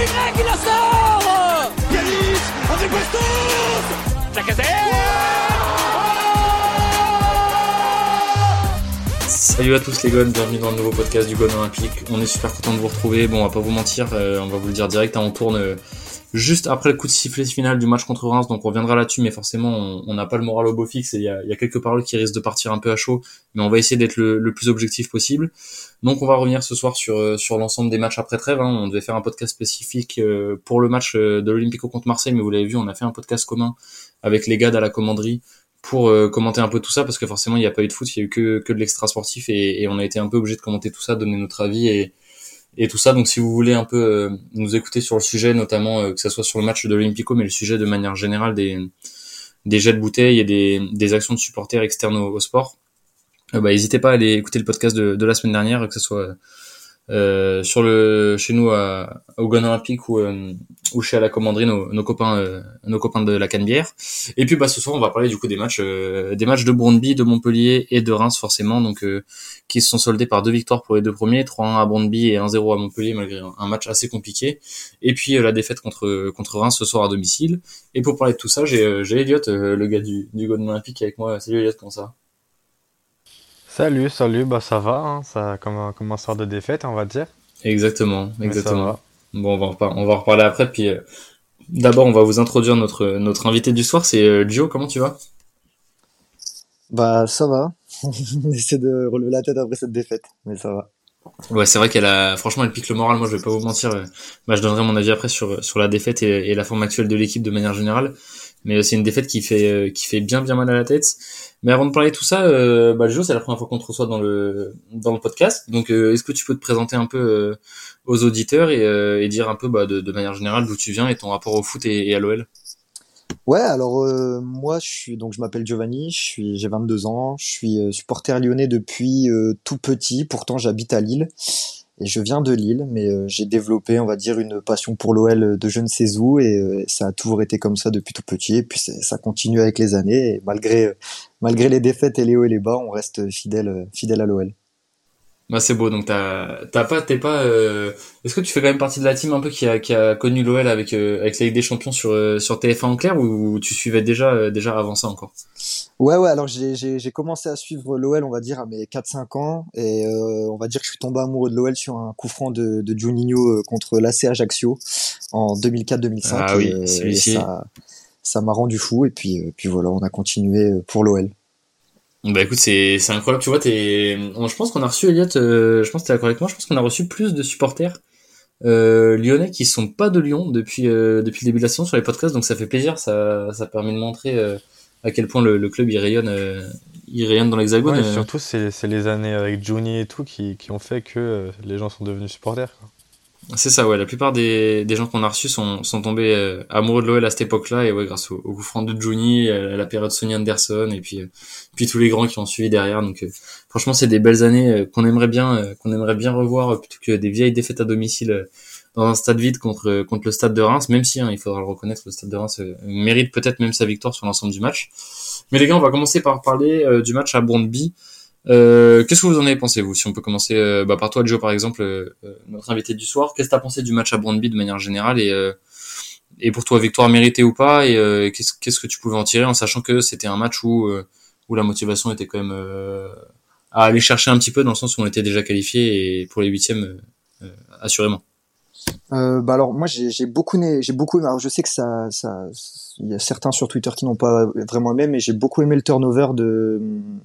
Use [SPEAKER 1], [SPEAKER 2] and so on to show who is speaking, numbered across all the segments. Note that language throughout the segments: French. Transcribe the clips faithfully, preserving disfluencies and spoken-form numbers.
[SPEAKER 1] Y, il la sort. Yanis, avec Bastos. Lacazette.
[SPEAKER 2] Salut à tous les gones, bienvenue dans le nouveau podcast du Gone Olympique. On est super content de vous retrouver. Bon, on va pas vous mentir, euh, on va vous le dire direct, hein, on tourne euh, juste après le coup de sifflet final du match contre Reims, donc on reviendra là-dessus, mais forcément on n'a pas le moral au beau fixe et il y a, y a quelques paroles qui risquent de partir un peu à chaud, mais on va essayer d'être le, le plus objectif possible. Donc on va revenir ce soir sur euh, sur l'ensemble des matchs après trêve, hein. On devait faire un podcast spécifique euh, pour le match euh, de l'Olympico contre Marseille, mais vous l'avez vu, on a fait un podcast commun avec les gars de la commanderie pour euh, commenter un peu tout ça, parce que forcément il n'y a pas eu de foot, il y a eu que que de l'extra sportif, et, et on a été un peu obligé de commenter tout ça, donner notre avis et et tout ça. Donc si vous voulez un peu euh, nous écouter sur le sujet, notamment euh, que ça soit sur le match de l'Olympico, mais le sujet de manière générale des des jets de bouteilles et des des actions de supporters externes au, au sport, euh, bah n'hésitez pas à aller écouter le podcast de de la semaine dernière, que ce soit euh, sur le chez nous à, au Gone Olympique ou euh, ou chez à la commanderie, nos, nos copains euh, nos copains de la Canebière. Et puis bah ce soir on va parler du coup des matchs euh, des matchs de Brøndby, de Montpellier et de Reims forcément, donc euh, qui se sont soldés par deux victoires pour les deux premiers, trois un à Brøndby et un zéro à Montpellier, malgré un, un match assez compliqué. Et puis euh, la défaite contre contre Reims ce soir à domicile. Et pour parler de tout ça, j'ai euh, j'ai Elliot, euh, le gars du du Gone Olympique avec moi. Salut Elliot, comment ça va?
[SPEAKER 3] Salut, salut, bah ça va, hein, ça comme un, comme un sort de défaite, on va dire,
[SPEAKER 2] Exactement,
[SPEAKER 3] mais ça
[SPEAKER 2] exactement.
[SPEAKER 3] va.
[SPEAKER 2] Bon, on va en repar- on va en reparler après, puis euh, d'abord, on va vous introduire notre notre invité du soir, c'est euh, Gio. Comment tu vas?
[SPEAKER 4] Bah ça va, on essaie de relever la tête après cette défaite, mais ça va.
[SPEAKER 2] Ouais, c'est vrai qu'elle a, franchement, elle pique le moral. Moi, je vais pas vous mentir. euh, Bah, je donnerai mon avis après sur sur la défaite et, et la forme actuelle de l'équipe de manière générale. Mais euh, c'est une défaite qui fait euh, qui fait bien bien mal à la tête. Mais avant de parler de tout ça, euh, bah, Gio, c'est la première fois qu'on te reçoit dans le dans le podcast. Donc, euh, est-ce que tu peux te présenter un peu euh, aux auditeurs et, euh, et dire un peu, bah, de, de manière générale d'où tu viens et ton rapport au foot et, et à l'O L?
[SPEAKER 4] Ouais, alors euh, moi je suis donc je m'appelle Giovanni, je suis j'ai vingt-deux ans, je suis euh, supporter lyonnais depuis euh, tout petit. Pourtant j'habite à Lille et je viens de Lille, mais euh, j'ai développé, on va dire, une passion pour l'O L de je ne sais où, et euh, ça a toujours été comme ça depuis tout petit, et puis c'est- ça continue avec les années, et malgré euh, malgré les défaites et les hauts et les bas, on reste fidèle euh, fidèle à l'O L.
[SPEAKER 2] Bah, c'est beau. Donc, t'as t'as pas t'es pas. Euh... Est-ce que tu fais quand même partie de la team un peu qui a qui a connu l'O L avec euh, avec la Ligue des Champions sur euh, sur T F un en clair, ou tu suivais déjà euh, déjà avant ça encore?
[SPEAKER 4] Ouais, ouais, alors j'ai j'ai j'ai commencé à suivre l'O L, on va dire, à mes quatre cinq ans, et euh, on va dire que je suis tombé amoureux de l'O L sur un coup franc de, de Juninho euh, contre l'A C Ajaccio en deux mille quatre deux mille cinq,
[SPEAKER 2] Ah
[SPEAKER 4] et,
[SPEAKER 2] oui,
[SPEAKER 4] euh, et
[SPEAKER 2] celui-ci.
[SPEAKER 4] ça ça m'a rendu fou, et puis euh, puis voilà, on a continué euh, pour l'O L.
[SPEAKER 2] Bah écoute, c'est c'est incroyable. Tu vois, t'es. on- Je pense qu'on a reçu Elliot. Euh, je pense que t'es d'accord avec moi. Je pense qu'on a reçu plus de supporters euh, lyonnais qui sont pas de Lyon depuis euh, depuis le début de la saison sur les podcasts. Donc ça fait plaisir. Ça ça permet de montrer euh, à quel point le, le club il rayonne euh, il rayonne dans l'Hexagone.
[SPEAKER 3] Ouais, et
[SPEAKER 2] euh.
[SPEAKER 3] surtout c'est c'est les années avec Juni et tout qui, qui ont fait que euh, les gens sont devenus supporters, quoi.
[SPEAKER 2] C'est ça, ouais. La plupart des, des gens qu'on a reçus sont, sont tombés euh, amoureux de l'O L à cette époque-là, et ouais, grâce au, au coup franc de Juni, à la période Sonny Anderson, et puis, euh, puis tous les grands qui ont suivi derrière. Donc, euh, franchement, c'est des belles années euh, qu'on aimerait bien, euh, qu'on aimerait bien revoir, euh, plutôt que des vieilles défaites à domicile euh, dans un stade vide contre euh, contre le Stade de Reims. Même si, hein, il faudra le reconnaître, le Stade de Reims euh, mérite peut-être même sa victoire sur l'ensemble du match. Mais les gars, on va commencer par parler euh, du match à Brøndby. Euh, qu'est-ce que vous en avez pensé, vous? Si on peut commencer euh, bah, par toi, Joe, par exemple, euh, euh, notre invité du soir. Qu'est-ce que t'as pensé du match à Brøndby de manière générale, et, euh, et pour toi, victoire méritée ou pas, et euh, qu'est-ce, qu'est-ce que tu pouvais en tirer en sachant que c'était un match où, euh, où la motivation était quand même euh, à aller chercher un petit peu, dans le sens où on était déjà qualifié et pour les huitièmes, euh, euh, assurément.
[SPEAKER 4] Euh, bah alors moi j'ai j'ai beaucoup aimé, j'ai beaucoup aimé- alors je sais que ça ça il y a certains sur Twitter qui n'ont pas vraiment aimé, mais j'ai beaucoup aimé le turnover de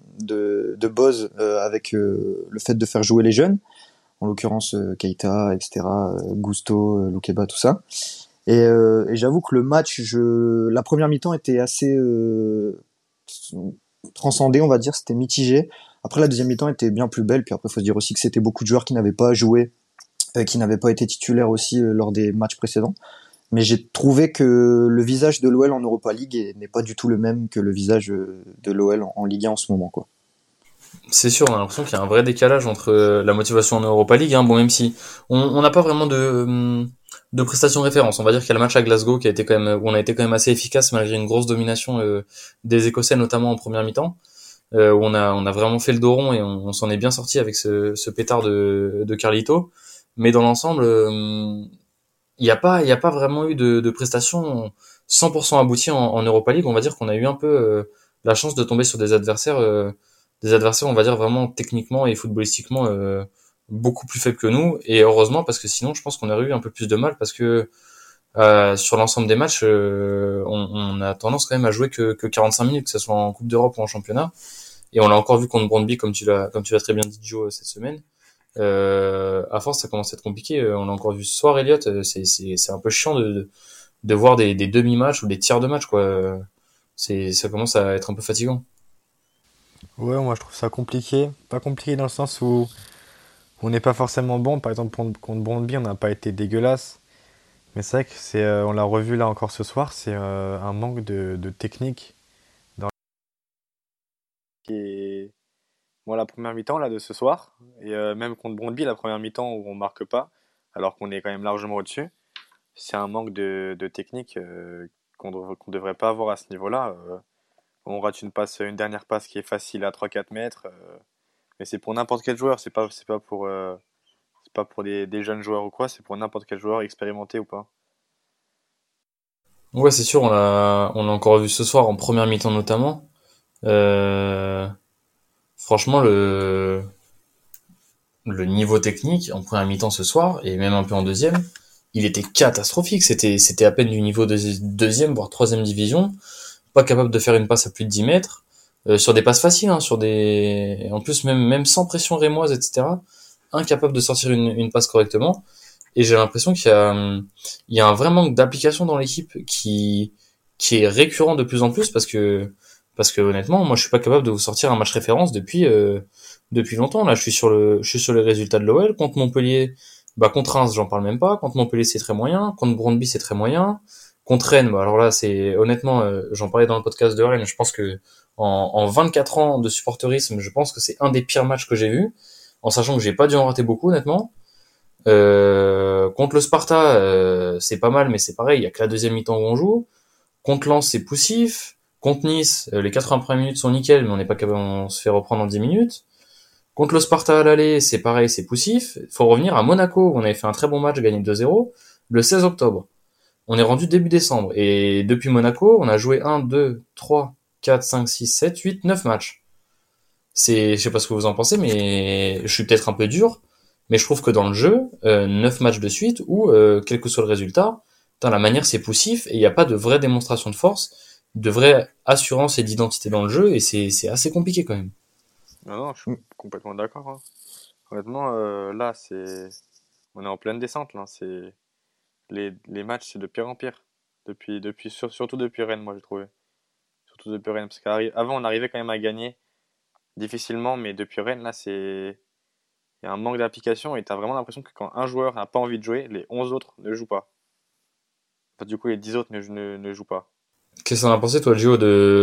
[SPEAKER 4] de de Boz, euh, avec euh, le fait de faire jouer les jeunes, en l'occurrence euh, Keita, et cetera, euh, Gusto, euh, Loukeba, tout ça. Et, euh, et j'avoue que le match, je la première mi-temps était assez euh, transcendée, on va dire, c'était mitigé. Après la deuxième mi-temps était bien plus belle, puis après faut se dire aussi que c'était beaucoup de joueurs qui n'avaient pas joué, euh, qui n'avaient pas été titulaires aussi euh, lors des matchs précédents. Mais j'ai trouvé que le visage de l'O L en Europa League est- n'est pas du tout le même que le visage euh, de l'O L en, en Ligue un en ce moment, quoi.
[SPEAKER 2] C'est sûr, on a l'impression qu'il y a un vrai décalage entre euh, la motivation en Europa League, hein. Bon, même si on on n'a pas vraiment de euh, de prestations référence. On va dire qu'il y a le match à Glasgow qui a été quand même, où on a été quand même assez efficace malgré une grosse domination euh, des Écossais, notamment en première mi-temps, euh, où on a on a vraiment fait le dos rond et on, on s'en est bien sorti avec ce ce pétard de de Carlito. Mais dans l'ensemble, euh, il y a pas, il y a pas vraiment eu de, de prestations cent pour cent abouties en, en Europa League. On va dire qu'on a eu un peu euh, la chance de tomber sur des adversaires, euh, des adversaires, on va dire vraiment techniquement et footballistiquement euh, beaucoup plus faibles que nous. Et heureusement parce que sinon, je pense qu'on aurait eu un peu plus de mal parce que euh, sur l'ensemble des matchs, euh, on, on a tendance quand même à jouer que, que quarante-cinq minutes, que ce soit en Coupe d'Europe ou en championnat. Et on l'a encore vu contre Brøndby, comme tu l'as, comme tu l'as très bien dit, Joe, cette semaine. Euh, à force, ça commence à être compliqué. Euh, On l'a encore vu ce soir, Elliott. euh, C'est, c'est, c'est un peu chiant de, de, de voir des, des demi-matchs ou des tiers de match, quoi. Euh, C'est, ça commence à être un peu fatigant.
[SPEAKER 3] Ouais, moi je trouve ça compliqué. Pas compliqué dans le sens où on n'est pas forcément bon. Par exemple, contre contre Brøndby, on n'a pas été dégueulasse. Mais c'est vrai que c'est, euh, on l'a revu là encore ce soir, c'est euh, un manque de, de technique dans et moi la première mi-temps là de ce soir et euh, même contre Brøndby la première mi-temps où on marque pas alors qu'on est quand même largement au-dessus, c'est un manque de, de technique euh, qu'on devrait, qu'on devrait pas avoir à ce niveau-là. Euh, on rate une passe, une dernière passe qui est facile à trois quatre mètres, euh, mais c'est pour n'importe quel joueur, c'est pas c'est pas pour euh, c'est pas pour des, des jeunes joueurs ou quoi, c'est pour n'importe quel joueur expérimenté ou pas.
[SPEAKER 2] Ouais, c'est sûr, on l'a, on l'a encore vu ce soir en première mi-temps notamment. Euh, franchement, le, le niveau technique en première mi-temps ce soir et même un peu en deuxième, il était catastrophique. C'était, c'était à peine du niveau de deuxième voire troisième division. Pas capable de faire une passe à plus de dix mètres. Euh, sur des passes faciles, hein, sur des, en plus même même sans pression rémoise, et cetera. Incapable de sortir une, une passe correctement. Et j'ai l'impression qu'il y a, hum, il y a un vrai manque d'application dans l'équipe qui, qui est récurrent de plus en plus parce que, parce que honnêtement, moi, je suis pas capable de vous sortir un match référence depuis, euh, depuis longtemps. Là, je suis sur le, je suis sur les résultats de l'O L contre Montpellier. Bah, contre Reims, j'en parle même pas. Contre Montpellier, c'est très moyen. Contre Brøndby, c'est très moyen. Contre Rennes, bah, alors là, c'est, honnêtement, euh, j'en parlais dans le podcast de Rennes. Je pense que, en, en vingt-quatre ans de supporterisme, je pense que c'est un des pires matchs que j'ai vu. En sachant que j'ai pas dû en rater beaucoup, honnêtement. Euh, contre le Sparta, euh, c'est pas mal, mais c'est pareil, il y a que la deuxième mi-temps où on joue. Contre Lens, c'est poussif. Contre Nice, euh, les quatre-vingts premières minutes sont nickel, mais on n'est pas capable, on se fait reprendre en dix minutes. Contre le Sparta à l'aller, c'est pareil, c'est poussif. Il faut revenir à Monaco, où on avait fait un très bon match, gagné deux zéro, le seize octobre. On est rendu début décembre, et depuis Monaco, on a joué un, deux, trois, quatre, cinq, six, sept, huit, neuf matchs. C'est, je sais pas ce que vous en pensez, mais je suis peut-être un peu dur, mais je trouve que dans le jeu, euh, neuf matchs de suite, où, euh, quel que soit le résultat, dans la manière c'est poussif, et il n'y a pas de vraie démonstration de force, de vraie assurance et d'identité dans le jeu, et c'est, c'est assez compliqué quand même.
[SPEAKER 3] Non, non, je suis
[SPEAKER 4] Mm.
[SPEAKER 3] complètement d'accord, hein. Honnêtement, euh, là, c'est, on est en pleine descente, là. C'est les, les matchs, c'est de pire en pire. Depuis, depuis, sur- surtout depuis Rennes, moi, j'ai trouvé. Surtout depuis Rennes, parce qu'avant, on arrivait quand même à gagner difficilement, mais depuis Rennes, là, c'est, il y a un manque d'application et t'as vraiment l'impression que quand un joueur n'a pas envie de jouer, les onze autres ne jouent pas. Enfin, du coup, les dix autres ne, ne, ne jouent pas.
[SPEAKER 2] Qu'est-ce que t'en as pensé, toi, Gio,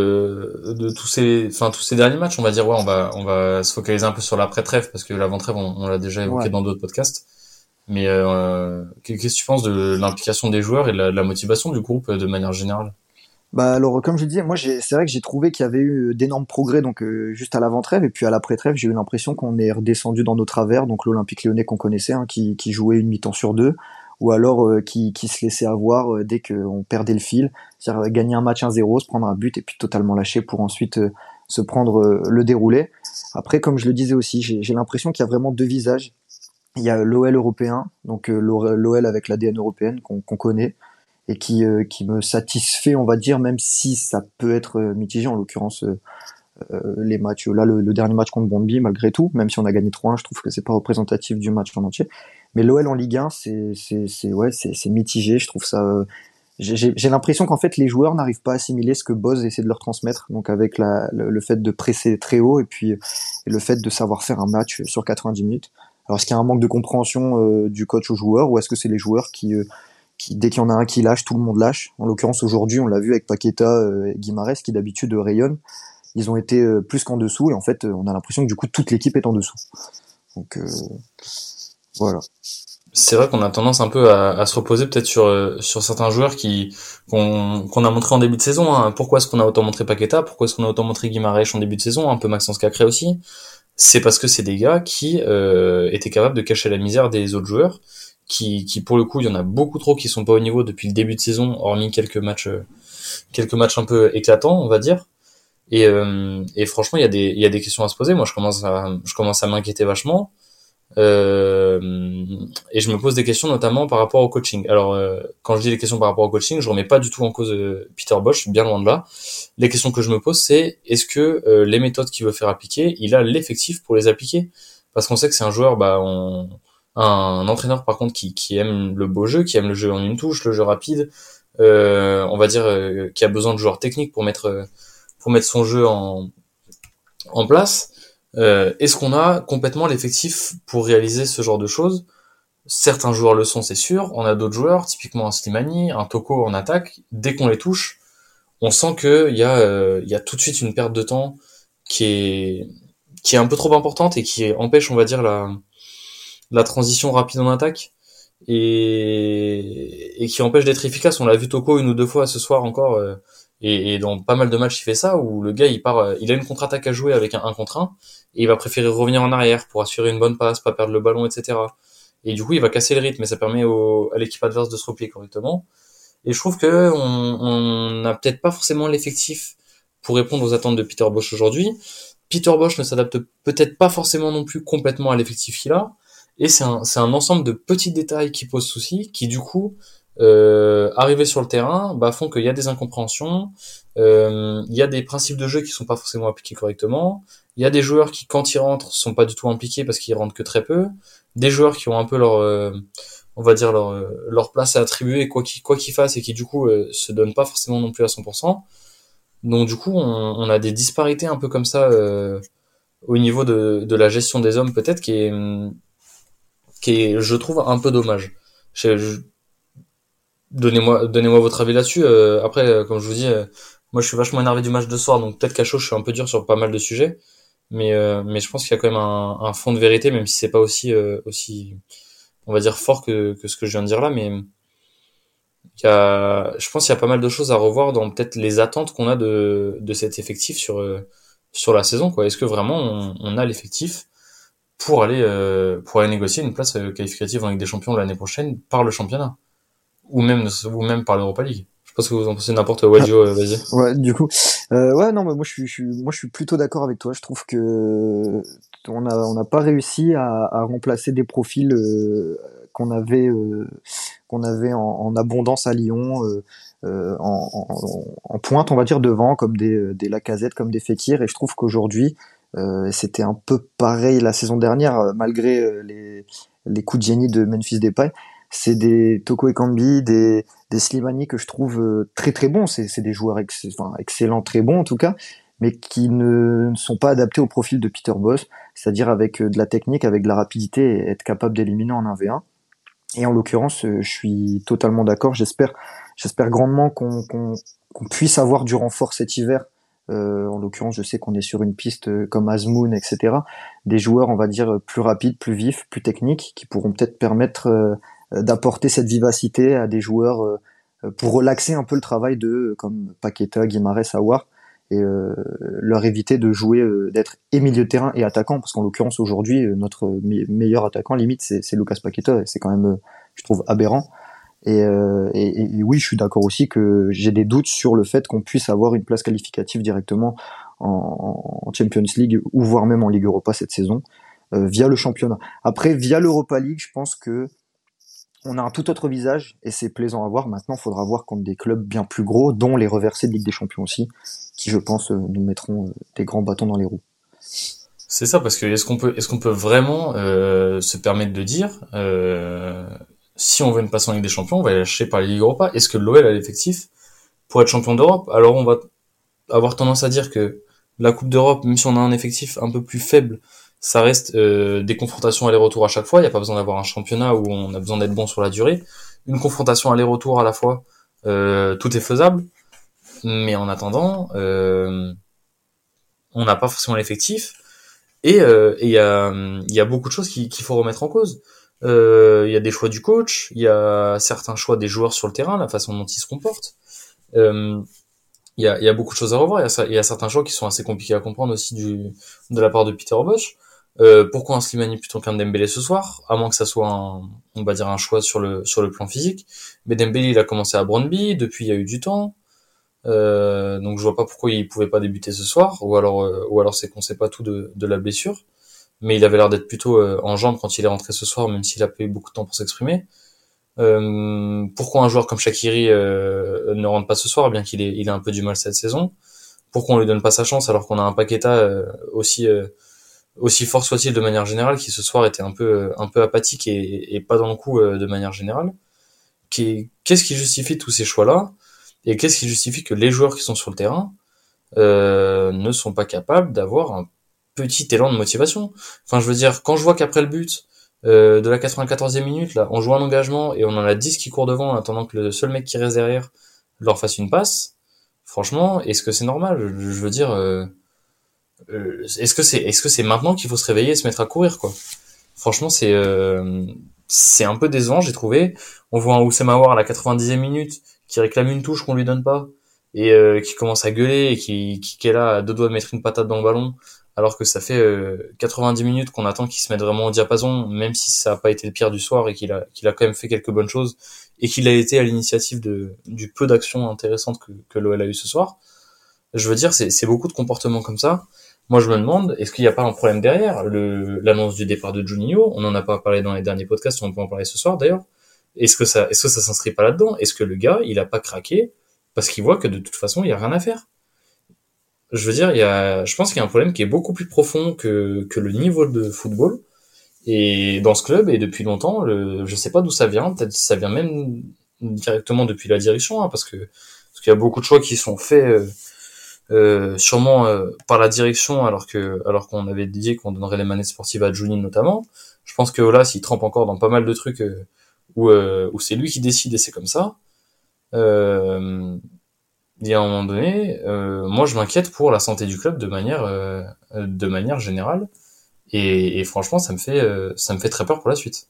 [SPEAKER 2] de, de tous ces, enfin, tous ces derniers matchs? On va dire, ouais, on va, on va se focaliser un peu sur l'après-trêve, parce que l'avant-trêve, on, on l'a déjà évoqué
[SPEAKER 4] Ouais.
[SPEAKER 2] dans d'autres podcasts. Mais, euh, qu'est- qu'est-ce que tu penses de l'implication des joueurs et de la, de la motivation du groupe euh, de manière générale?
[SPEAKER 4] Bah alors comme je disais, moi j'ai, c'est vrai que j'ai trouvé qu'il y avait eu d'énormes progrès donc euh, juste à l'avant-trêve et puis à l'après-trêve j'ai eu l'impression qu'on est redescendu dans nos travers donc l'Olympique Lyonnais qu'on connaissait hein, qui, qui jouait une mi-temps sur deux ou alors euh, qui, qui se laissait avoir euh, dès qu'on perdait le fil, c'est-à-dire euh, gagner un match un zéro, se prendre un but et puis totalement lâcher pour ensuite euh, se prendre euh, le déroulé. Après comme je le disais aussi, j'ai, j'ai l'impression qu'il y a vraiment deux visages. Il y a l'O L européen, donc euh, l'O L avec l'A D N européenne qu'on, qu'on connaît et qui euh, qui me satisfait on va dire même si ça peut être euh, mitigé en l'occurrence euh, euh, les matchs là le, le dernier match contre Brøndby malgré tout même si on a gagné trois un je trouve que c'est pas représentatif du match en entier mais l'O L en Ligue un c'est c'est c'est ouais c'est c'est mitigé je trouve ça euh, j'ai j'ai j'ai l'impression qu'en fait les joueurs n'arrivent pas à assimiler ce que Boz essaie de leur transmettre donc avec la le, le fait de presser très haut et puis et le fait de savoir faire un match sur quatre-vingt-dix minutes alors est-ce qu'il y a un manque de compréhension euh, du coach aux joueurs ou est-ce que c'est les joueurs qui euh, qui, dès qu'il y en a un qui lâche, tout le monde lâche. En l'occurrence, aujourd'hui, on l'a vu avec Paqueta euh, et Guimarães, qui d'habitude euh, rayonnent. Ils ont été euh, plus qu'en dessous, et en fait, euh, on a l'impression que du coup, toute l'équipe est en dessous. Donc, euh, voilà.
[SPEAKER 2] C'est vrai qu'on a tendance un peu à, à se reposer peut-être sur euh, sur certains joueurs qui qu'on qu'on a montré en début de saison. Hein. Pourquoi est-ce qu'on a autant montré Paqueta? Pourquoi est-ce qu'on a autant montré Guimarães en début de saison? Un peu Maxence Cacré aussi. C'est parce que c'est des gars qui euh, étaient capables de cacher la misère des autres joueurs, qui, qui pour le coup, il y en a beaucoup trop qui sont pas au niveau depuis le début de saison, hormis quelques matchs, euh, quelques matchs un peu éclatants, on va dire. Et, euh, et franchement, il y a des, il y a des questions à se poser. Moi, je commence à, je commence à m'inquiéter vachement. Euh, et je me pose des questions notamment par rapport au coaching. Alors, euh, quand je dis les questions par rapport au coaching, je remets pas du tout en cause euh, Peter Bosz, bien loin de là. Les questions que je me pose, c'est est-ce que euh, les méthodes qu'il veut faire appliquer, il a l'effectif pour les appliquer? Parce qu'on sait que c'est un joueur, bah, on, un entraîneur par contre qui, qui aime le beau jeu, qui aime le jeu en une touche, le jeu rapide, euh, on va dire euh, qui a besoin de joueurs techniques pour mettre euh, pour mettre son jeu en en place. Euh, est-ce qu'on a complètement l'effectif pour réaliser ce genre de choses? Certains joueurs le sont, c'est sûr. On a d'autres joueurs, typiquement un Slimani, un Toko en attaque. Dès qu'on les touche, on sent que il y a, euh, il y a tout de suite une perte de temps qui est, qui est un peu trop importante et qui empêche, on va dire, la, la transition rapide en attaque et, et qui empêche d'être efficace. On l'a vu Toko une ou deux fois ce soir encore. Euh, Et, et dans pas mal de matchs, il fait ça, où le gars, il part, il a une contre-attaque à jouer avec un un contre un, et il va préférer revenir en arrière pour assurer une bonne passe, pas perdre le ballon, et cetera. Et du coup, il va casser le rythme, et ça permet au, à l'équipe adverse de se replier correctement. Et je trouve que on, on n'a peut-être pas forcément l'effectif pour répondre aux attentes de Peter Bosz aujourd'hui. Peter Bosz ne s'adapte peut-être pas forcément non plus complètement à l'effectif qu'il a, et c'est un, c'est un ensemble de petits détails qui posent souci, qui du coup, euh, arrivés sur le terrain, bah, font qu'il y a des incompréhensions, euh, il y a des principes de jeu qui sont pas forcément appliqués correctement, il y a des joueurs qui, quand ils rentrent, sont pas du tout impliqués parce qu'ils rentrent que très peu, des joueurs qui ont un peu leur, euh, on va dire leur, euh, leur place à attribuer quoi qu'ils, quoi qu'ils fassent et qui du coup euh, se donnent pas forcément non plus à cent pour cent. Donc du coup, on, on a des disparités un peu comme ça euh, au niveau de, de la gestion des hommes peut-être qui est, qui est, je trouve, un peu dommage. Je, je, Donnez-moi, donnez-moi votre avis là-dessus. Euh, après, euh, comme je vous dis, euh, moi je suis vachement énervé du match de soir, donc peut-être qu'à chaud je suis un peu dur sur pas mal de sujets, mais euh, mais je pense qu'il y a quand même un, un fond de vérité, même si c'est pas aussi euh, aussi, on va dire fort que que ce que je viens de dire là, mais il y a, je pense qu'il y a pas mal de choses à revoir dans peut-être les attentes qu'on a de de cet effectif sur euh, sur la saison, quoi. Est-ce que vraiment on, on a l'effectif pour aller euh, pour aller négocier une place euh, qualificative en Ligue des Champions l'année prochaine par le championnat? Ou même ou même par l'Europa League. Je sais pas ce que vous en pensez, n'importe. Wadio, euh, vas-y.
[SPEAKER 4] Ouais, du coup, euh, ouais, non, mais moi je suis, je suis, moi je suis plutôt d'accord avec toi. Je trouve que on a, on n'a pas réussi à, à remplacer des profils euh, qu'on avait, euh, qu'on avait en, en abondance à Lyon, euh, euh, en, en, en pointe, on va dire devant, comme des, des Lacazette, comme des Fekir. Et je trouve qu'aujourd'hui, euh, c'était un peu pareil la saison dernière, malgré euh, les, les coups de génie de Memphis Depay. C'est des Toko Ekambi, des, des Slimani que je trouve euh, très très bons. C'est, c'est des joueurs ex- enfin, excellents, très bons en tout cas, mais qui ne sont pas adaptés au profil de Peter Bosz, c'est-à-dire avec euh, de la technique, avec de la rapidité et être capable d'éliminer en un v un. Et en l'occurrence, euh, je suis totalement d'accord. J'espère, j'espère grandement qu'on, qu'on, qu'on puisse avoir du renfort cet hiver. Euh, en l'occurrence, je sais qu'on est sur une piste euh, comme Azmoun, et cetera. Des joueurs, on va dire, plus rapides, plus vifs, plus techniques, qui pourront peut-être permettre euh, d'apporter cette vivacité à des joueurs euh, pour relaxer un peu le travail de comme Paqueta, Guimarães, Aouar et euh, leur éviter de jouer euh, d'être et milieu de terrain et attaquant parce qu'en l'occurrence aujourd'hui notre me- meilleur attaquant limite c'est, c'est Lucas Paqueta et c'est quand même euh, je trouve aberrant et, euh, et, et oui je suis d'accord aussi que j'ai des doutes sur le fait qu'on puisse avoir une place qualificative directement en, en Champions League ou voire même en Ligue Europa cette saison euh, via le championnat. Après via l'Europa League je pense que on a un tout autre visage et c'est plaisant à voir. Maintenant, il faudra voir contre des clubs bien plus gros, dont les reversés de Ligue des Champions aussi, qui, je pense, euh, nous mettront euh, des grands bâtons dans les roues.
[SPEAKER 2] C'est ça, parce que est-ce qu'on peut, est-ce qu'on peut vraiment euh, se permettre de dire, euh, si on veut une place en Ligue des Champions, on va aller lâcher par les Ligues Europa. Est-ce que l'O L a l'effectif pour être champion d'Europe? Alors on va avoir tendance à dire que la Coupe d'Europe, même si on a un effectif un peu plus faible, ça reste euh, des confrontations aller-retour à chaque fois. Il n'y a pas besoin d'avoir un championnat où on a besoin d'être bon sur la durée. Une confrontation aller-retour à la fois, euh, tout est faisable. Mais en attendant, euh, on n'a pas forcément l'effectif. Et euh, il y a, il y a beaucoup de choses qui, qu'il faut remettre en cause. Euh, Il y a des choix du coach, il y a certains choix des joueurs sur le terrain, la façon dont ils se comportent. Euh, il y a, il y a beaucoup de choses à revoir. Il y a, il y a certains choix qui sont assez compliqués à comprendre aussi du, de la part de Peter Bosz. Euh, pourquoi un Slimani plutôt qu'un Dembélé ce soir, à moins que ça soit un, on va dire un choix sur le sur le plan physique. Mais Dembélé il a commencé à Brøndby, depuis il y a eu du temps, euh, donc je vois pas pourquoi il pouvait pas débuter ce soir, ou alors euh, ou alors c'est qu'on sait pas tout de de la blessure. Mais il avait l'air d'être plutôt euh, en jambes quand il est rentré ce soir, même s'il a pas eu beaucoup de temps pour s'exprimer. Euh, pourquoi un joueur comme Shaqiri euh, ne rentre pas ce soir, bien qu'il ait il a un peu du mal cette saison? Pourquoi on lui donne pas sa chance alors qu'on a un Paqueta euh, aussi euh, aussi fort soit-il de manière générale, qui ce soir était un peu un peu apathique et, et pas dans le coup euh, de manière générale. Qui, qu'est-ce qui justifie tous ces choix-là et qu'est-ce qui justifie que les joueurs qui sont sur le terrain euh, ne sont pas capables d'avoir un petit élan de motivation. Enfin, je veux dire, quand je vois qu'après le but euh, de la quatre-vingt-quatorzième minute, là, on joue un engagement et on en a dix qui courent devant en attendant que le seul mec qui reste derrière leur fasse une passe, franchement, est-ce que c'est normal? Je, je veux dire, euh, euh, est-ce que c'est est-ce que c'est maintenant qu'il faut se réveiller et se mettre à courir, quoi? Franchement, c'est euh, c'est un peu décevant, j'ai trouvé. On voit un Oussem Aouar à la quatre-vingt-dixième minute qui réclame une touche qu'on lui donne pas et euh, qui commence à gueuler et qui, qui, qui est là à deux doigts de mettre une patate dans le ballon, alors que ça fait euh, quatre-vingt-dix minutes qu'on attend qu'il se mette vraiment au diapason, même si ça a pas été le pire du soir et qu'il a qu'il a quand même fait quelques bonnes choses et qu'il a été à l'initiative de du peu d'actions intéressantes que, que l'O L a eu ce soir. Je veux dire, c'est c'est beaucoup de comportements comme ça. Moi, je me demande, est-ce qu'il n'y a pas un problème derrière le l'annonce du départ de Juninho? On en a pas parlé dans les derniers podcasts, on peut en parler ce soir d'ailleurs. Est-ce que ça, est-ce que ça s'inscrit pas là-dedans? Est-ce que le gars, il a pas craqué parce qu'il voit que de toute façon, il y a rien à faire? Je veux dire, il y a, je pense qu'il y a un problème qui est beaucoup plus profond que que le niveau de football. Et dans ce club, et depuis longtemps, le, je sais pas d'où ça vient. Peut-être ça vient même directement depuis la direction, hein, parce que parce qu'il y a beaucoup de choix qui sont faits. Euh, euh, sûrement euh, par la direction, alors que alors qu'on avait dit qu'on donnerait les manettes sportives à Juninho notamment. Je pense que là, s'il trempe encore dans pas mal de trucs euh, où euh, où c'est lui qui décide et c'est comme ça, euh, il y a un moment donné, euh, moi je m'inquiète pour la santé du club de manière euh, de manière générale et, et franchement ça me fait euh, ça me fait très peur pour la suite.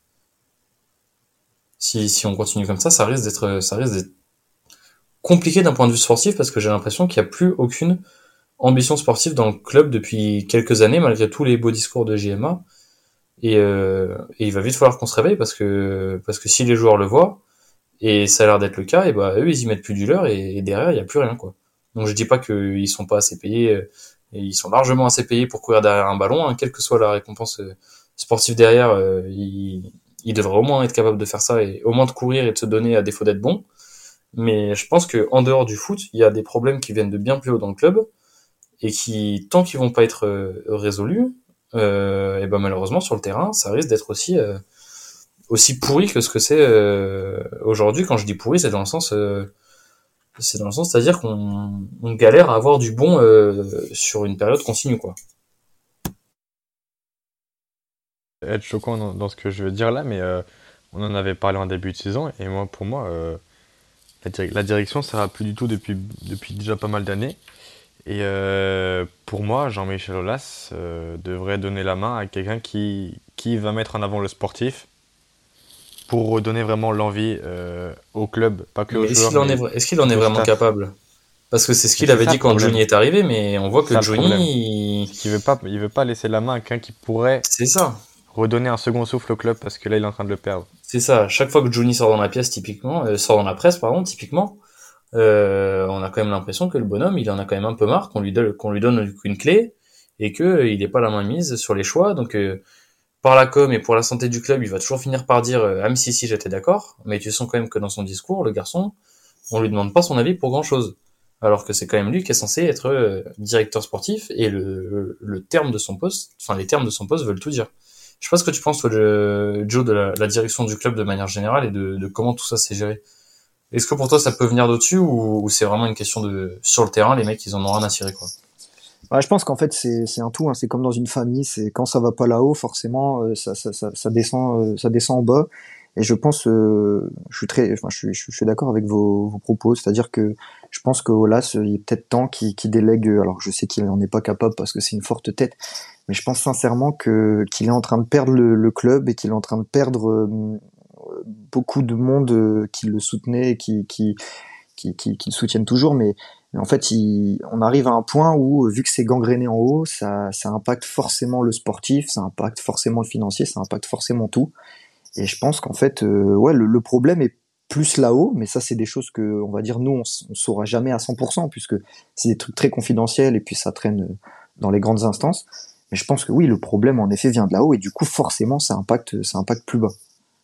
[SPEAKER 2] Si si on continue comme ça, ça risque d'être ça risque d'être compliqué d'un point de vue sportif parce que j'ai l'impression qu'il y a plus aucune ambition sportive dans le club depuis quelques années, malgré tous les beaux discours de J M A. Et, euh, et il va vite falloir qu'on se réveille parce que parce que si les joueurs le voient, et ça a l'air d'être le cas, et bah eux ils y mettent plus du leur et, et derrière il y a plus rien, quoi. Donc je dis pas qu'ils sont pas assez payés, euh, et ils sont largement assez payés pour courir derrière un ballon, hein, quelle que soit la récompense euh, sportive derrière, euh, ils, ils devraient au moins être capables de faire ça et au moins de courir et de se donner à défaut d'être bons. Mais je pense que en dehors du foot, il y a des problèmes qui viennent de bien plus haut dans le club et qui, tant qu'ils vont pas être euh, résolus, euh, et ben malheureusement sur le terrain, ça risque d'être aussi euh, aussi pourri que ce que c'est euh, aujourd'hui. Quand je dis pourri, c'est dans le sens, euh, c'est dans le sens, c'est-à-dire qu'on on galère à avoir du bon euh, sur une période continue, quoi.
[SPEAKER 3] Être choquant dans, dans ce que je veux dire là, mais euh, on en avait parlé en début de saison, et moi, pour moi, euh, la, dir- la direction, ça va plus du tout depuis, depuis déjà pas mal d'années. Et euh, pour moi, Jean-Michel Aulas euh, devrait donner la main à quelqu'un qui, qui va mettre en avant le sportif pour redonner vraiment l'envie euh, au club, pas que aux
[SPEAKER 2] Mais est-ce
[SPEAKER 3] joueurs,
[SPEAKER 2] qu'il en est,
[SPEAKER 3] mais
[SPEAKER 2] vra- est-ce qu'il en est
[SPEAKER 3] au
[SPEAKER 2] vraiment
[SPEAKER 3] staff.
[SPEAKER 2] capable? Parce que c'est ce
[SPEAKER 3] Mais
[SPEAKER 2] qu'il
[SPEAKER 3] c'est
[SPEAKER 2] avait
[SPEAKER 3] ça
[SPEAKER 2] dit
[SPEAKER 3] le
[SPEAKER 2] quand Johnny
[SPEAKER 3] problème.
[SPEAKER 2] est arrivé, mais on voit
[SPEAKER 3] C'est
[SPEAKER 2] que
[SPEAKER 3] ça le problème.
[SPEAKER 2] Johnny, il-
[SPEAKER 3] C'est qu'il veut pas, il veut pas laisser la main à quelqu'un qui pourrait
[SPEAKER 2] c'est ça.
[SPEAKER 3] redonner un second souffle au club parce que là, il est en train de le perdre.
[SPEAKER 2] C'est ça. Chaque fois que Johnny sort dans la pièce, typiquement, euh, sort dans la presse, pardon, typiquement, euh, on a quand même l'impression que le bonhomme, il en a quand même un peu marre qu'on lui donne, qu'on lui donne une clé et que euh, il n'est pas la main mise sur les choix. Donc, euh, par la com et pour la santé du club, il va toujours finir par dire euh, ah mais si si j'étais d'accord. Mais tu sens quand même que dans son discours, le garçon, on lui demande pas son avis pour grand chose. Alors que c'est quand même lui qui est censé être euh, directeur sportif et le, le terme de son poste, enfin les termes de son poste veulent tout dire. Je sais pas ce que tu penses, toi, de- Joe, de la, la direction du club de manière générale et de, de comment tout ça s'est géré. Est-ce que pour toi ça peut venir d'au-dessus ou, ou c'est vraiment une question de sur le terrain, les mecs ils en ont rien à cirer, quoi.
[SPEAKER 4] Ouais, je pense qu'en fait c'est c'est un tout, hein. C'est comme dans une famille, c'est quand ça va pas là-haut, forcément euh, ça, ça ça ça descend euh, ça descend en bas. Et je pense, euh, je suis très, enfin je suis je suis d'accord avec vos vos propos, c'est-à-dire que je pense que Olas, il est peut-être temps qu'il qu'il délègue. Alors je sais qu'il en est pas capable parce que c'est une forte tête, mais je pense sincèrement que qu'il est en train de perdre le, le club et qu'il est en train de perdre euh, beaucoup de monde euh, qui le soutenait et qui qui qui, qui, qui le soutiennent toujours, mais Et en fait, il, on arrive à un point où, vu que c'est gangréné en haut, ça, ça impacte forcément le sportif, ça impacte forcément le financier, ça impacte forcément tout. Et je pense qu'en fait, euh, ouais, le, le problème est plus là-haut, mais ça, c'est des choses que, on va dire, nous, on, s- on saura jamais à cent pour cent, puisque c'est des trucs très confidentiels et puis ça traîne euh, dans les grandes instances. Mais je pense que oui, le problème, en effet, vient de là-haut et du coup, forcément, ça impacte, ça impacte plus bas.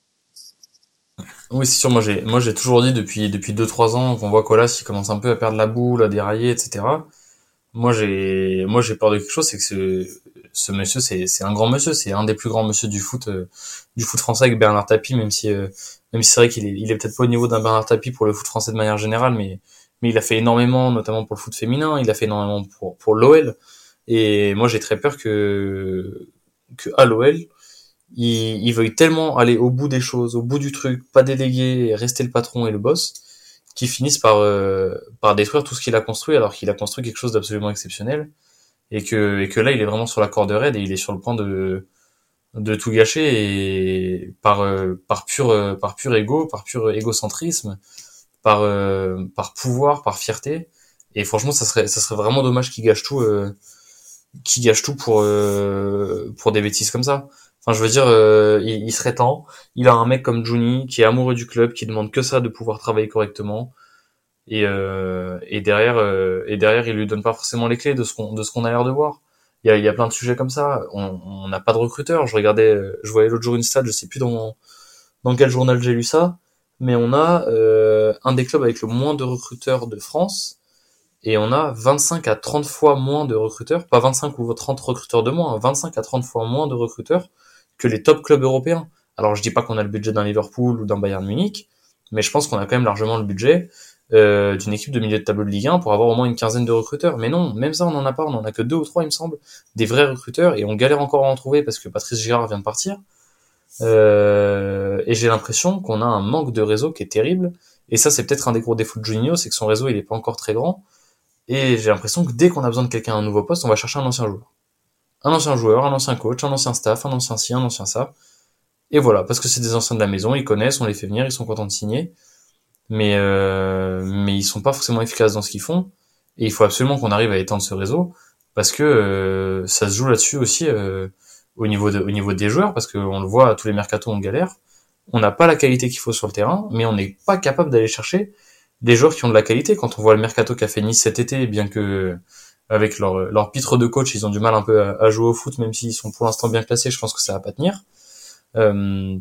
[SPEAKER 2] Oui, c'est sûr, moi j'ai moi j'ai toujours dit depuis depuis deux trois ans qu'on voit Colas il commence un peu à perdre la boule, à dérailler, et cetera. Moi j'ai moi j'ai peur de quelque chose, c'est que ce ce monsieur c'est c'est un grand monsieur, c'est un des plus grands monsieur du foot euh, du foot français avec Bernard Tapie, même si euh, même si c'est vrai qu'il est il est peut-être pas au niveau d'un Bernard Tapie pour le foot français de manière générale, mais mais il a fait énormément, notamment pour le foot féminin, il a fait énormément pour pour l'O L. Et moi j'ai très peur que que à l'O L il, il veuille tellement aller au bout des choses, au bout du truc, pas déléguer, et rester le patron et le boss, qu'ils finissent par euh, par détruire tout ce qu'il a construit, alors qu'il a construit quelque chose d'absolument exceptionnel, et que et que là il est vraiment sur la corde raide et il est sur le point de de tout gâcher, et par euh, par pur euh, par pur ego, par pur égocentrisme, par euh, par pouvoir, par fierté. Et franchement, ça serait ça serait vraiment dommage qu'il gâche tout. Euh, qui gâche tout pour euh, pour des bêtises comme ça. Enfin, je veux dire, euh, il, il serait temps. Il a un mec comme Juni qui est amoureux du club, qui demande que ça, de pouvoir travailler correctement. Et euh, et derrière euh, et derrière, il lui donne pas forcément les clés de ce qu'on de ce qu'on a l'air de voir. Il y a il y a plein de sujets comme ça. On on n'a pas de recruteur. Je regardais, euh, je voyais l'autre jour une stat, je sais plus dans dans quel journal j'ai lu ça, mais on a euh, un des clubs avec le moins de recruteurs de France et on a vingt-cinq à trente fois moins de recruteurs, pas vingt-cinq ou trente recruteurs de moins, hein, vingt-cinq à trente fois moins de recruteurs que les top clubs européens. Alors je dis pas qu'on a le budget d'un Liverpool ou d'un Bayern Munich, mais je pense qu'on a quand même largement le budget euh, d'une équipe de milieu de tableau de Ligue un pour avoir au moins une quinzaine de recruteurs. Mais non, même ça on en a pas, on en a que deux ou trois il me semble, des vrais recruteurs, et on galère encore à en trouver parce que Patrice Girard vient de partir. Euh, et j'ai l'impression qu'on a un manque de réseau qui est terrible. Et ça c'est peut-être un des gros défauts de Juninho, c'est que son réseau il est pas encore très grand. Et j'ai l'impression que dès qu'on a besoin de quelqu'un à un nouveau poste, on va chercher un ancien joueur. Un ancien joueur, un ancien coach, un ancien staff, un ancien ci, un ancien ça. Et voilà, parce que c'est des anciens de la maison, ils connaissent, on les fait venir, ils sont contents de signer. Mais euh, mais ils sont pas forcément efficaces dans ce qu'ils font. Et il faut absolument qu'on arrive à étendre ce réseau, parce que euh, ça se joue là-dessus aussi euh, au niveau de, au niveau des joueurs, parce qu'on le voit à tous les mercatos, on galère. On n'a pas la qualité qu'il faut sur le terrain, mais on n'est pas capable d'aller chercher des joueurs qui ont de la qualité. Quand on voit le mercato qu'a fait Nice cet été, bien que avec leur, leur pitre de coach, ils ont du mal un peu à, à jouer au foot, même s'ils sont pour l'instant bien classés, je pense que ça va pas tenir. Euh,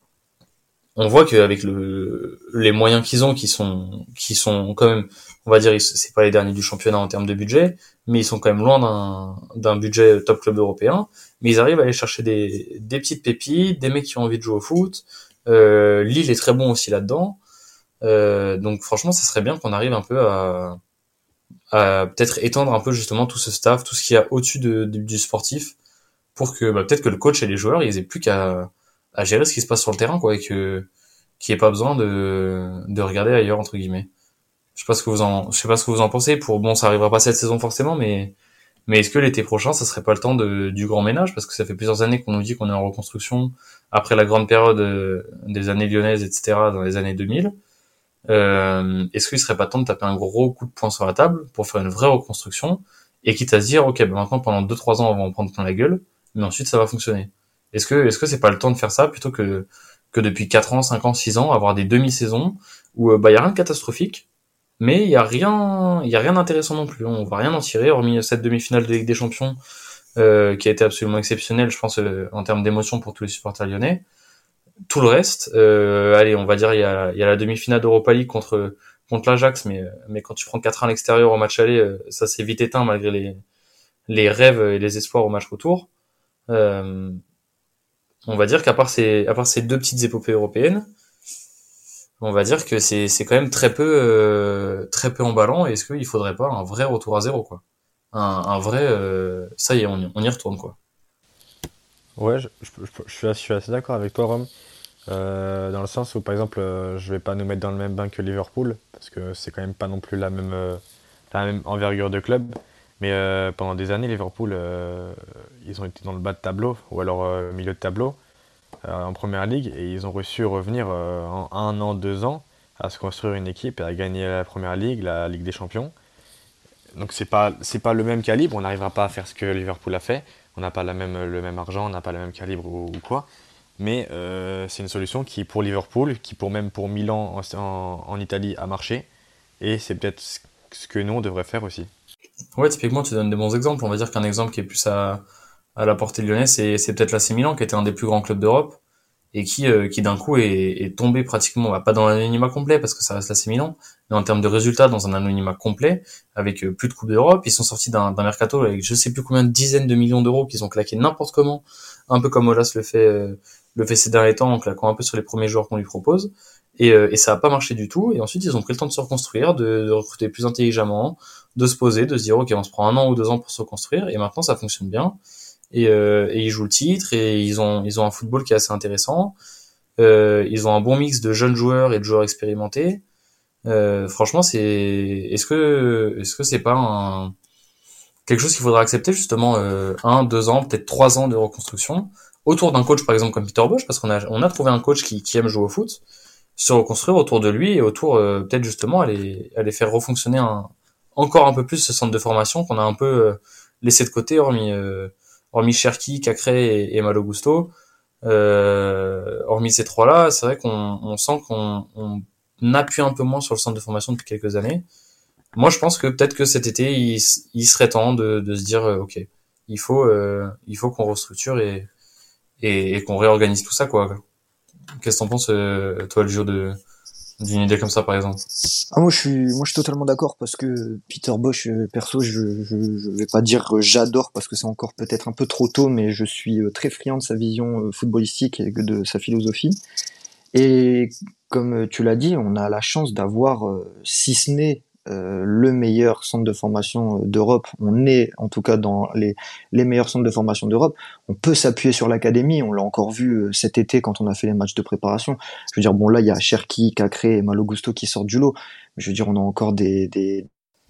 [SPEAKER 2] on voit qu'avec le, les moyens qu'ils ont, qui sont, qui sont quand même, on va dire, ils- c'est pas les derniers du championnat en termes de budget, mais ils sont quand même loin d'un, d'un budget top club européen. Mais ils arrivent à aller chercher des, des petites pépites, des mecs qui ont envie de jouer au foot. Euh, Lille est très bon aussi là-dedans. Euh, donc franchement, ça serait bien qu'on arrive un peu à, à peut-être étendre un peu justement tout ce staff, tout ce qu'il y a au-dessus de, de- du sportif, pour que bah, peut-être que le coach et les joueurs, ils aient plus qu'à à gérer ce qui se passe sur le terrain, quoi, et que qu'il n'y ait pas besoin de de regarder ailleurs entre guillemets. Je sais pas ce que vous en, je sais pas ce que vous en pensez. Pour bon, ça arrivera pas cette saison forcément, mais mais est-ce que l'été prochain, ça serait pas le temps de, du grand ménage, parce que ça fait plusieurs années qu'on nous dit qu'on est en reconstruction après la grande période euh, des années lyonnaises, et cetera dans les années deux mille. Euh, est-ce qu'il serait pas temps de taper un gros coup de poing sur la table pour faire une vraie reconstruction, et quitte à se dire ok, ben maintenant pendant deux trois ans on va en prendre plein la gueule, mais ensuite ça va fonctionner. Est-ce que est-ce que c'est pas le temps de faire ça plutôt que que depuis quatre ans, cinq ans, six ans avoir des demi-saisons où euh, bah il y a rien de catastrophique, mais il y a rien il y a rien d'intéressant non plus. On va rien en tirer hormis cette demi-finale de Ligue des Champions euh, qui a été absolument exceptionnelle, je pense, euh, en termes d'émotion pour tous les supporters lyonnais. Tout le reste, euh, allez, on va dire il y a, il y a la demi-finale d'Europa League contre contre l'Ajax, mais mais quand tu prends quatre un à l'extérieur au match aller, euh, ça s'est vite éteint malgré les les rêves et les espoirs au match retour. Euh, on va dire qu'à part ces à part ces deux petites épopées européennes, on va dire que c'est c'est quand même très peu euh, très peu emballant. Et est-ce qu'il faudrait pas un vrai retour à zéro, quoi, un, un vrai euh, ça y est, on y, on y retourne, quoi.
[SPEAKER 3] Ouais, je, je, je- je suis assez, je suis assez d'accord avec toi, Rome. Euh, dans le sens où, par exemple, euh, je vais pas nous mettre dans le même bain que Liverpool, parce que c'est quand même pas non plus la même, euh, la même envergure de club. Mais euh, pendant des années, Liverpool, euh, ils ont été dans le bas de tableau, ou alors euh, milieu de tableau, euh, en première ligue, et ils ont réussi à revenir euh, en un an, deux ans, à se construire une équipe et à gagner la première ligue, la Ligue des Champions. Donc c'est pas c'est pas le même calibre, on n'arrivera pas à faire ce que Liverpool a fait, on n'a pas la même, le même argent, on n'a pas le même calibre ou, ou quoi, mais euh, c'est une solution qui pour Liverpool, qui pour même pour Milan en, en, en Italie a marché, et c'est peut-être ce que nous on devrait faire aussi.
[SPEAKER 2] Ouais, typiquement, tu donnes des bons exemples. On va dire qu'un exemple qui est plus à, à la portée lyonnaise, c'est, c'est peut-être l'A C Milan, qui était un des plus grands clubs d'Europe, et qui, euh, qui d'un coup est, est tombé pratiquement, bah, pas dans l'anonymat complet, parce que ça reste l'A C Milan, mais en termes de résultats, dans un anonymat complet, avec euh, plus de Coupe d'Europe. Ils sont sortis d'un, d'un mercato avec je sais plus combien de dizaines de millions d'euros qu'ils ont claqué n'importe comment, un peu comme Olas le fait, euh, le fait ces derniers temps, en claquant un peu sur les premiers joueurs qu'on lui propose. Et, euh, et ça a pas marché du tout. Et ensuite, ils ont pris le temps de se reconstruire, de, de recruter plus intelligemment, de se poser, de se dire, ok, on se prend un an ou deux ans pour se reconstruire. Et maintenant, ça fonctionne bien. Et, euh, et ils jouent le titre, et ils ont, ils ont un football qui est assez intéressant. Euh, ils ont un bon mix de jeunes joueurs et de joueurs expérimentés. Euh, franchement, c'est, est-ce que, est-ce que c'est pas un, quelque chose qu'il faudra accepter justement, euh, un, deux ans, peut-être trois ans de reconstruction autour d'un coach par exemple comme Peter Bosz, parce qu'on a, on a trouvé un coach qui, qui aime jouer au foot, se reconstruire autour de lui et autour, euh, peut-être justement aller, aller faire refonctionner un, encore un peu plus ce centre de formation qu'on a un peu euh, laissé de côté, hormis, euh, hormis Cherki, Cacré et, et Malo Gusto. Euh, hormis ces trois-là, c'est vrai qu'on on sent qu'on on appuie un peu moins sur le centre de formation depuis quelques années. Moi, je pense que peut-être que cet été, il, il serait temps de, de se dire, euh, ok, il faut, euh, il faut qu'on restructure et, et, et qu'on réorganise tout ça, quoi. Qu'est-ce que t'en penses, euh, toi, le jour de d'une idée comme ça, par exemple?
[SPEAKER 4] Ah, moi je suis moi je suis totalement d'accord parce que Peter Bosz, euh, perso, je, je je vais pas dire euh, j'adore parce que c'est encore peut-être un peu trop tôt, mais je suis euh, très friand de sa vision euh, footballistique et de sa philosophie. Et comme euh, tu l'as dit, on a la chance d'avoir, euh, si ce n'est euh, le meilleur centre de formation euh, d'Europe, on est en tout cas dans les, les meilleurs centres de formation d'Europe. On peut s'appuyer sur l'académie, on l'a encore vu euh, cet été quand on a fait les matchs de préparation. Je veux dire, bon là, il y a Cherki, Cacré et Malo Gusto qui sortent du lot. Mais je veux dire, on a encore des... des...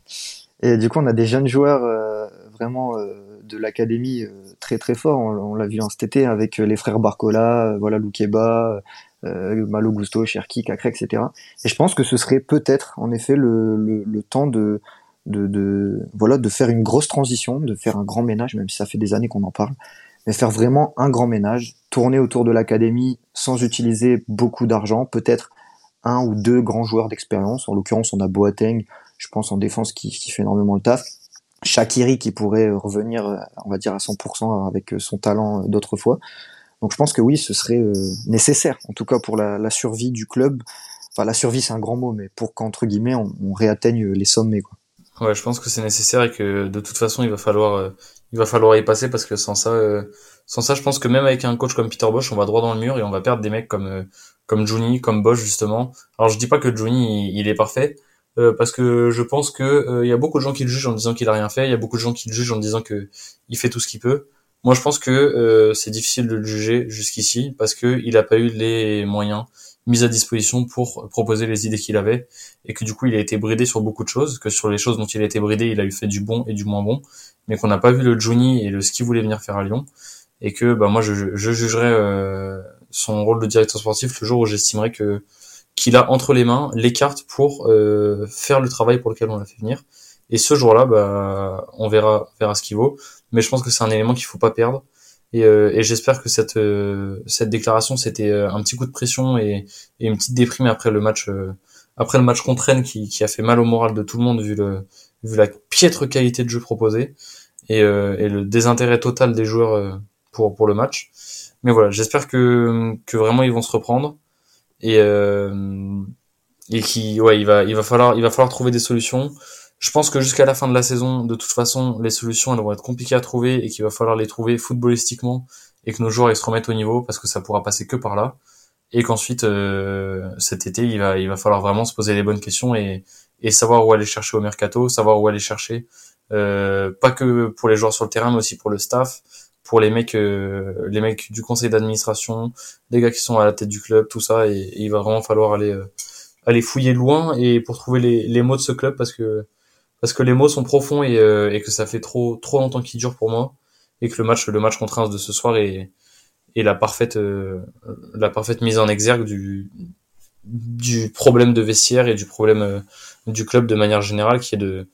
[SPEAKER 4] Et du coup, on a des jeunes joueurs euh, vraiment euh, de l'académie euh, très très forts. On, on l'a vu en cet été avec euh, les frères Barcola, euh, voilà, Loukeba, euh, Malo Gusto, Cherki, Cacré, et cetera. Et je pense que ce serait peut-être, en effet, le, le, le temps de, de, de, voilà, de faire une grosse transition, de faire un grand ménage, même si ça fait des années qu'on en parle, mais faire vraiment un grand ménage, tourner autour de l'académie sans utiliser beaucoup d'argent, peut-être un ou deux grands joueurs d'expérience. En l'occurrence, on a Boateng, je pense en défense, qui, qui fait énormément le taf. Shaqiri qui pourrait revenir, on va dire, à cent pour cent avec son talent d'autrefois. Donc je pense que oui, ce serait euh, nécessaire, en tout cas pour la, la survie du club. Enfin, la survie, c'est un grand mot, mais pour qu'entre guillemets, on, on réatteigne les sommets, quoi.
[SPEAKER 2] Ouais, je pense que c'est nécessaire et que de toute façon, il va falloir, euh, il va falloir y passer parce que sans ça, euh, sans ça, je pense que même avec un coach comme Peter Bosz, on va droit dans le mur et on va perdre des mecs comme, euh, comme Juni, comme Bosz justement. Alors je dis pas que Juni il, il est parfait, euh, parce que je pense que euh, il y a beaucoup de gens qui le jugent en disant qu'il a rien fait, il y a beaucoup de gens qui le jugent en disant que il fait tout ce qu'il peut. Moi, je pense que euh, c'est difficile de le juger jusqu'ici parce que il a pas eu les moyens mis à disposition pour proposer les idées qu'il avait et que du coup il a été bridé sur beaucoup de choses, que sur les choses dont il a été bridé, il a eu fait du bon et du moins bon, mais qu'on n'a pas vu le Juni et le ce qu'il voulait venir faire à Lyon, et que bah moi je, je jugerai euh, son rôle de directeur sportif le jour où j'estimerai que qu'il a entre les mains les cartes pour euh, faire le travail pour lequel on l'a fait venir. Et ce jour-là, bah on verra, on verra ce qu'il vaut, mais je pense que c'est un élément qu'il faut pas perdre. Et, euh, et j'espère que cette euh, cette déclaration c'était euh, un petit coup de pression et, et une petite déprime après le match euh, après le match contre Rennes qui, qui a fait mal au moral de tout le monde vu le vu la piètre qualité de jeu proposée et, euh, et le désintérêt total des joueurs euh, pour pour le match. Mais voilà, j'espère que que vraiment ils vont se reprendre et euh, et qui ouais il va il va falloir il va falloir trouver des solutions. Je pense que jusqu'à la fin de la saison, de toute façon, les solutions elles vont être compliquées à trouver et qu'il va falloir les trouver footballistiquement et que nos joueurs ils se remettent au niveau parce que ça pourra passer que par là et qu'ensuite euh, cet été il va il va falloir vraiment se poser les bonnes questions et et savoir où aller chercher au mercato, savoir où aller chercher euh, pas que pour les joueurs sur le terrain mais aussi pour le staff, pour les mecs euh, les mecs du conseil d'administration, les gars qui sont à la tête du club, tout ça, et, et il va vraiment falloir aller euh, aller fouiller loin et pour trouver les les mots de ce club parce que parce que les mots sont profonds et, euh, et que ça fait trop trop longtemps qu'ils durent pour moi et que le match le match contre Reims de ce soir est, est la parfaite euh, la parfaite mise en exergue du du problème de vestiaire et du problème euh, du club de manière générale qui est de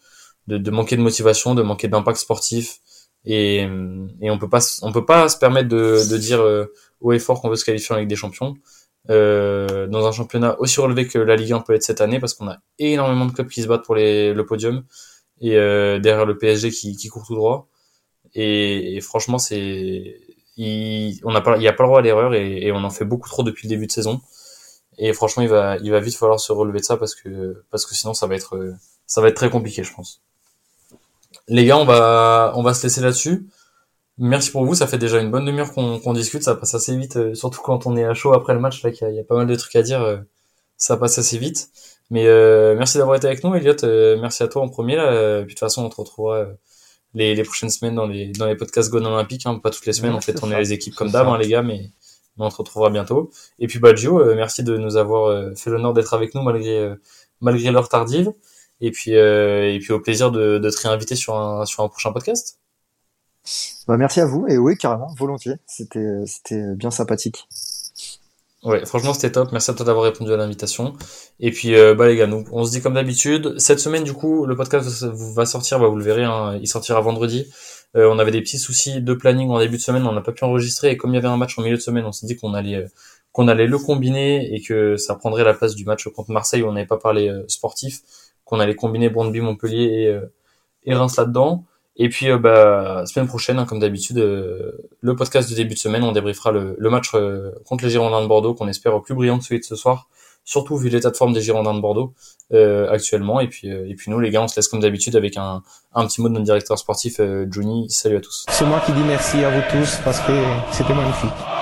[SPEAKER 2] de, de manquer de motivation, de manquer d'impact sportif. Et, et on peut pas, on peut pas se permettre de, de dire euh, haut et fort qu'on veut se qualifier en Ligue des Champions euh, dans un championnat aussi relevé que la Ligue un peut être cette année, parce qu'on a énormément de clubs qui se battent pour les, le podium et euh, derrière le P S G qui, qui court tout droit. Et, et franchement, c'est, il, on n'a pas, il y a pas le droit à l'erreur et, et on en fait beaucoup trop depuis le début de saison. Et franchement, il va, il va vite falloir se relever de ça parce que, parce que sinon, ça va être, ça va être très compliqué, je pense. Les gars, on va, on va se laisser là-dessus. Merci pour vous, ça fait déjà une bonne demi-heure qu'on, qu'on discute, ça passe assez vite, euh, surtout quand on est à chaud après le match, là, qu'il y a, il y a pas mal de trucs à dire, euh, ça passe assez vite. Mais euh, merci d'avoir été avec nous, Elliot, euh, merci à toi en premier, là, euh, puis de toute façon, on te retrouvera euh, les, les prochaines semaines dans les, dans les podcasts Gone Olympique, hein, pas toutes les semaines,
[SPEAKER 4] Ouais,
[SPEAKER 2] on fait
[SPEAKER 4] c'est
[SPEAKER 2] tourner
[SPEAKER 4] ça,
[SPEAKER 2] les équipes comme
[SPEAKER 4] c'est
[SPEAKER 2] d'hab,
[SPEAKER 4] ça.
[SPEAKER 2] hein, les gars, mais, mais on te retrouvera bientôt. Et puis, bah, Gio, euh, merci de nous avoir euh, fait l'honneur d'être avec nous malgré, euh, malgré l'heure tardive. Et puis, euh, et puis au plaisir de, de te réinviter sur un, sur un prochain podcast.
[SPEAKER 4] Bah, merci à vous, et oui, carrément, volontiers. C'était, c'était bien sympathique.
[SPEAKER 2] Ouais, franchement, c'était top. Merci à toi d'avoir répondu à l'invitation. Et puis, euh, bah les gars, nous, on se dit comme d'habitude. Cette semaine, du coup, le podcast va sortir, bah, vous le verrez, hein, il sortira vendredi. Euh, on avait des petits soucis de planning en début de semaine, on n'a pas pu enregistrer. Et comme il y avait un match en milieu de semaine, on s'est dit qu'on allait, euh, qu'on allait le combiner et que ça prendrait la place du match contre Marseille où on n'avait pas parlé euh, sportif, qu'on allait combiner Brøndby, Montpellier et, euh, et Reims là-dedans. Et puis, euh, bah, semaine prochaine, hein, comme d'habitude, euh, le podcast de début de semaine, on débriefera le, le match euh, contre les Girondins de Bordeaux, qu'on espère plus brillant que celui de ce soir, surtout vu l'état de forme des Girondins de Bordeaux euh, actuellement. Et puis, euh, et puis nous, les gars, on se laisse comme d'habitude avec un, un petit mot de notre directeur sportif, euh, Johnny. Salut à tous.
[SPEAKER 5] C'est moi qui dis merci à vous tous parce que c'était magnifique.